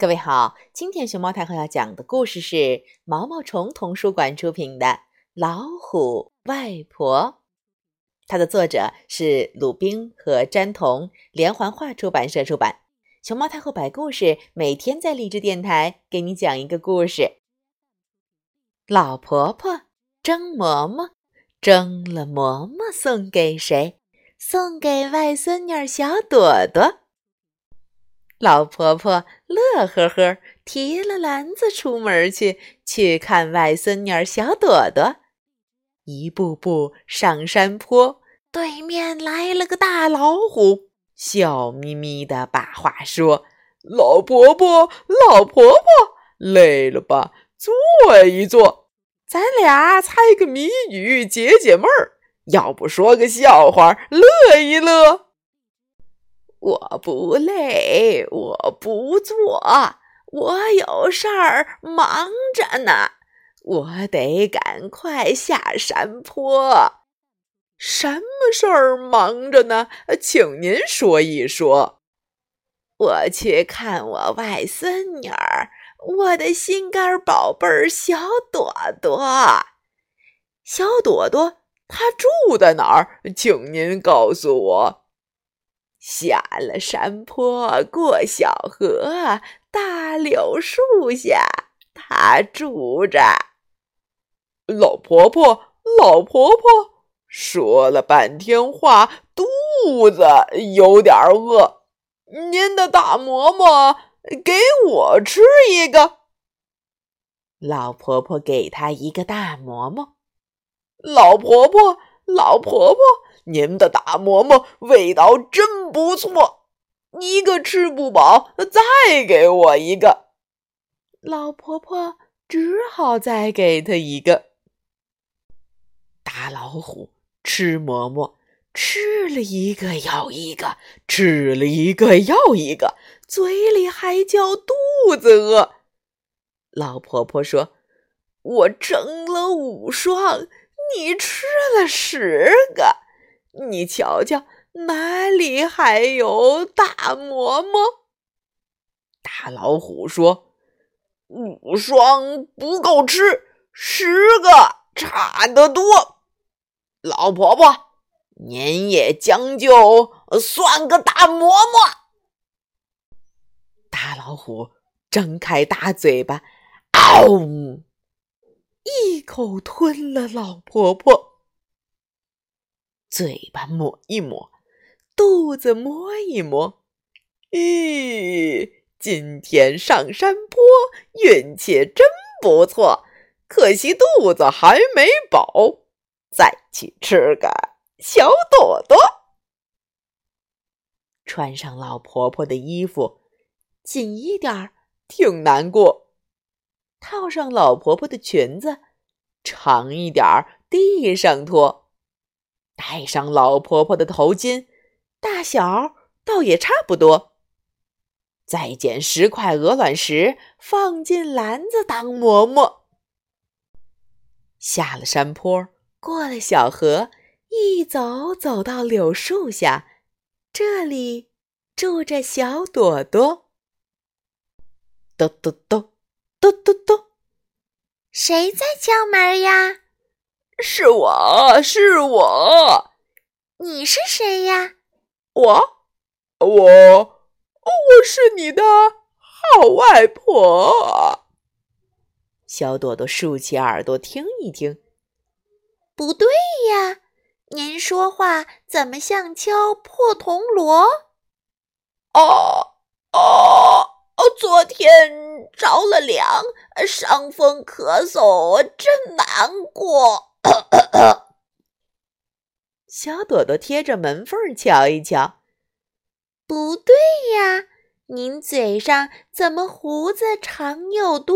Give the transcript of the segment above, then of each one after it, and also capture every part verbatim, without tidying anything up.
各位好，今天熊猫太后要讲的故事是毛毛虫童书馆出品的《老虎外婆》，它的作者是鲁冰和詹彤，连环画出版社出版。熊猫太后摆故事，每天在励志电台给你讲一个故事。老婆婆蒸馍馍，蒸了馍馍送给谁？送给外孙女小朵朵。老婆婆乐呵呵提了篮子出门去，去看外孙女小朵朵。一步步上山坡，对面来了个大老虎，笑眯眯地把话说：老婆婆，老婆婆，累了吧？坐一坐，咱俩猜个谜语解解闷儿，要不说个笑话乐一乐。我不累，我不做，我有事儿忙着呢，我得赶快下山坡。什么事儿忙着呢？请您说一说。我去看我外孙女儿，我的心肝宝贝儿小朵朵。小朵朵，她住在哪儿？请您告诉我。下了山坡，过小河，大柳树下，她住着。老婆婆，老婆婆，说了半天话，肚子有点饿，您的大馍馍给我吃一个。老婆婆给她一个大馍馍。老婆婆，老婆婆，您的大馍馍味道真不错，一个吃不饱，再给我一个。老婆婆只好再给她一个。大老虎吃馍馍，吃了一个要一个，吃了一个要一个，嘴里还叫肚子饿。老婆婆说：我蒸了五双，你吃了十个，你瞧瞧哪里还有大馍馍？大老虎说：五双不够吃，十个差得多。老婆婆，您也将就算个大馍馍。大老虎张开大嘴巴，嗷！一口吞了老婆婆。嘴巴抹一抹，肚子摸一摸，咦，今天上山坡运气真不错，可惜肚子还没饱，再去吃个小朵朵。穿上老婆婆的衣服，紧一点挺难过。套上老婆婆的裙子，长一点地上拖。戴上老婆婆的头巾，大小倒也差不多。再捡十块鹅卵石，放进篮子当馍馍。下了山坡，过了小河，一走走到柳树下，这里住着小朵朵。咚咚咚咚咚咚， 谁在敲门呀？ 是我，是我。 你是谁呀？ 我，我，我是你的好外婆。小朵朵竖起耳朵听一听。 不对呀，您说话怎么像敲破铜锣？ 哦哦哦，昨天着了凉，伤风咳嗽，真难过。小朵朵贴着门缝瞧一瞧。 不对呀，您嘴上怎么胡子长又多？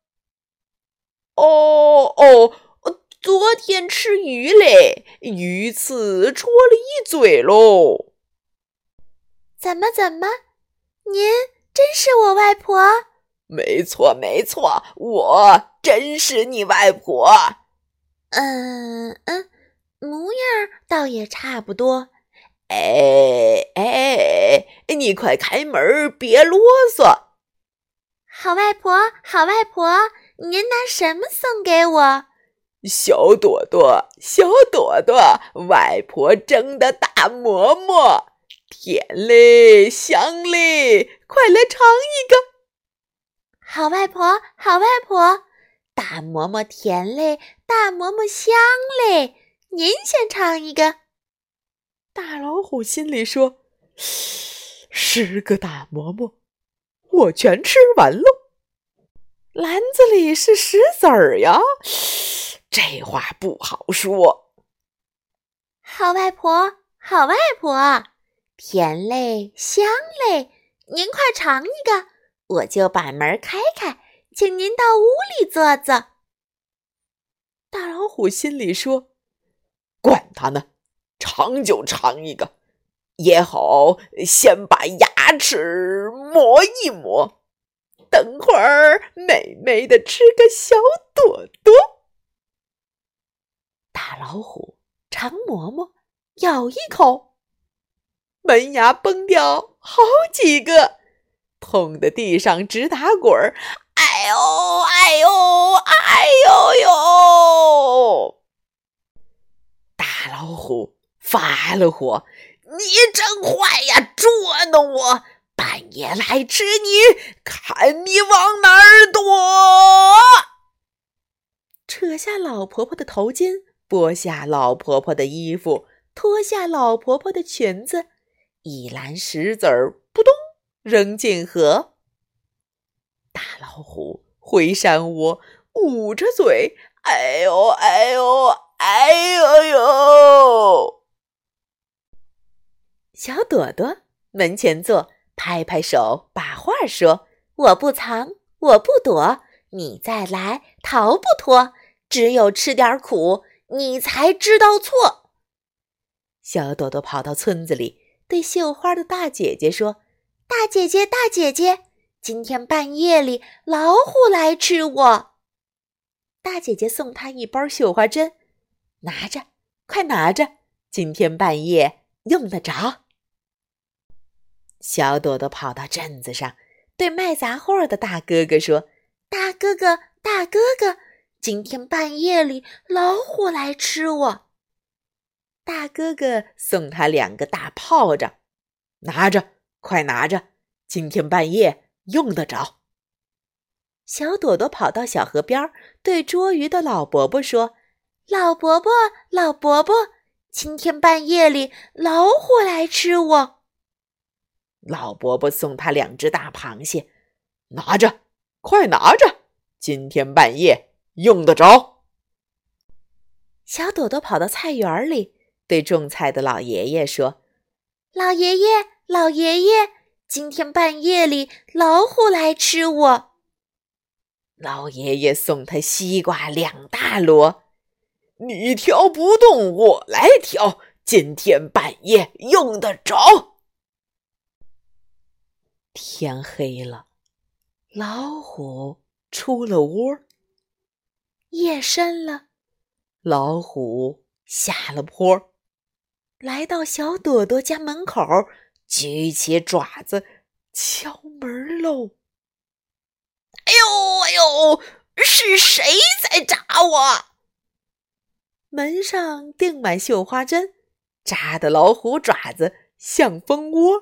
哦哦，昨天吃鱼嘞，鱼刺戳了一嘴喽。 怎么怎么，您真是我外婆？ 没错没错，我真是你外婆。 嗯嗯，模样倒也差不多。 哎哎，你快开门，别啰嗦。 好外婆，好外婆，您拿什么送给我？ 小朵朵，小朵朵，外婆蒸的大馍馍，甜嘞，香嘞，快来尝一个。 好外婆，好外婆，大馍馍甜嘞，大馍馍香嘞，您先尝一个。 大老虎心里说，十个大馍馍，我全吃完喽。篮子里是石子儿呀，这话不好说。 好外婆，好外婆，甜嘞，香嘞，您快尝一个，我就把门开开，请您到屋里坐坐。 大老虎心里说，管他呢，尝就尝一个，也好先把牙齿磨一磨，等会儿美美的吃个小朵朵。大老虎尝馍馍，咬一口，门牙崩掉好几个，痛得地上直打滚儿，哎呦哎呦哎呦呦！大老虎发了火，你真坏呀，捉弄我，半夜来吃你，看你往哪儿躲！扯下老婆婆的头巾，剥下老婆婆的衣服，脱下老婆婆的裙子，一篮石子儿扑通扔进河。大老虎回山窝，捂着嘴，哎呦哎呦哎呦呦！小朵朵门前坐，拍拍手，把话说，我不藏，我不躲，你再来逃不脱，只有吃点苦，你才知道错。小朵朵跑到村子里，对绣花的大姐姐说，大姐姐大姐姐，今天半夜里老虎来吃我。大姐姐送她一包绣花针，拿着，快拿着，今天半夜用得着。小朵朵跑到镇子上，对卖杂货的大哥哥说，大哥哥大哥哥，今天半夜里老虎来吃我。大哥哥送他两个大炮仗，拿着，快拿着，今天半夜用得着。小朵朵跑到小河边，对捉鱼的老伯伯说，老伯伯老伯伯，今天半夜里老虎来吃我。老伯伯送他两只大螃蟹，拿着，快拿着，今天半夜用得着。小朵朵跑到菜园里，对种菜的老爷爷说，老爷爷老爷爷，今天半夜里老虎来吃我。老爷爷送他西瓜两大箩，你挑不动，我来挑，今天半夜用得着。天黑了，老虎出了窝。夜深了，老虎下了坡，来到小朵朵家门口，举起爪子敲门喽。哎呦哎呦，是谁在扎我？门上钉满绣花针，扎的老虎爪子像蜂窝。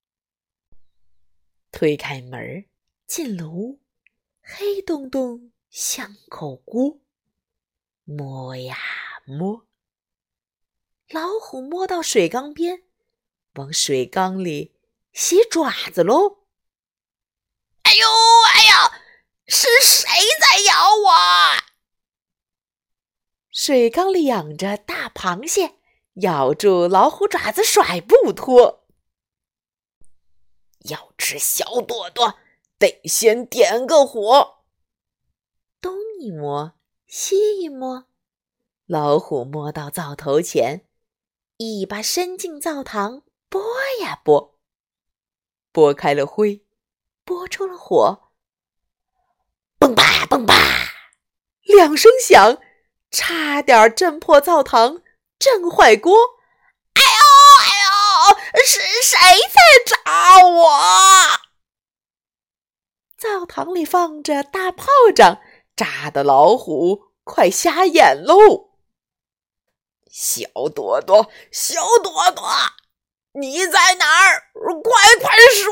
推开门，进了屋，黑洞洞像口锅，摸呀摸。老虎摸到水缸边，往水缸里洗爪子喽。哎呦哎呀，是谁在咬我？水缸里养着大螃蟹，咬住老虎爪子甩不脱。要吃小朵朵，得先点个火。东一摸，西一摸，老虎摸到灶头前，一把伸进灶膛，拨呀拨，拨开了灰，拨出了火，嘣吧嘣吧，两声响，差点震破灶膛，震坏锅。哎呦哎呦，是谁在扎我？ 灶堂里放着大炮仗，炸得老虎快瞎眼喽。小朵朵，小朵朵，你在哪儿？快快说！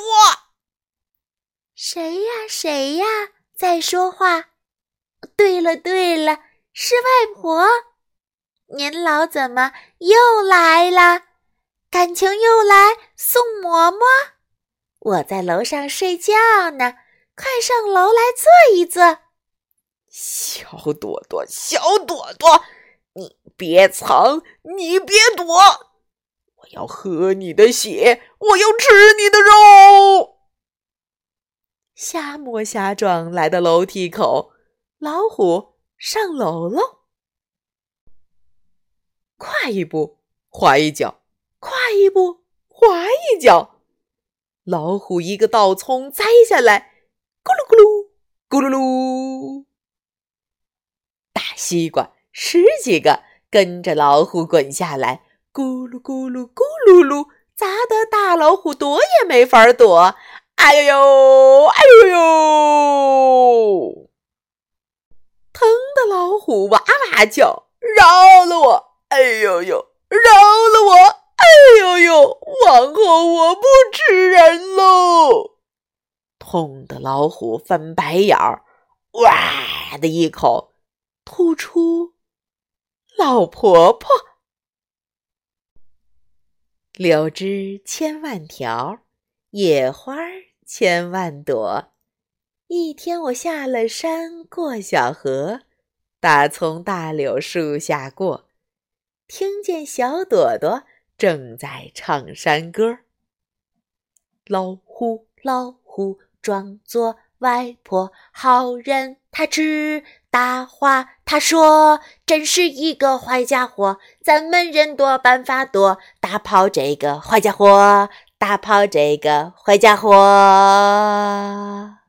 谁呀谁呀在说话？对了对了，是外婆。您老怎么又来了？感情又来送馍馍？我在楼上睡觉呢，快上楼来坐一坐。 小朵朵，小朵朵，你别藏，你别躲，我要喝你的血，我要吃你的肉。瞎摸瞎撞来到楼梯口，老虎上楼喽。跨一步，滑一脚，跨一步，滑一脚。老虎一个倒葱栽下来，咕噜咕噜，咕噜噜。大西瓜十几个跟着老虎滚下来，咕噜咕噜咕噜噜，砸得大老虎躲也没法躲。哎呦呦，哎呦呦！疼的老虎哇哇叫，饶了我！哎呦呦，饶了我！哎呦呦，往后我不吃人喽！痛的老虎翻白眼儿，哇的一口吐出老婆婆。柳枝千万条，野花千万朵。一天我下了山，过小河，打从大柳树下过，听见小朵朵正在唱山歌。老虎老虎装作外婆，好人他吃大花，他说真是一个坏家伙，咱们人多办法多，打跑这个坏家伙，打跑这个坏家伙。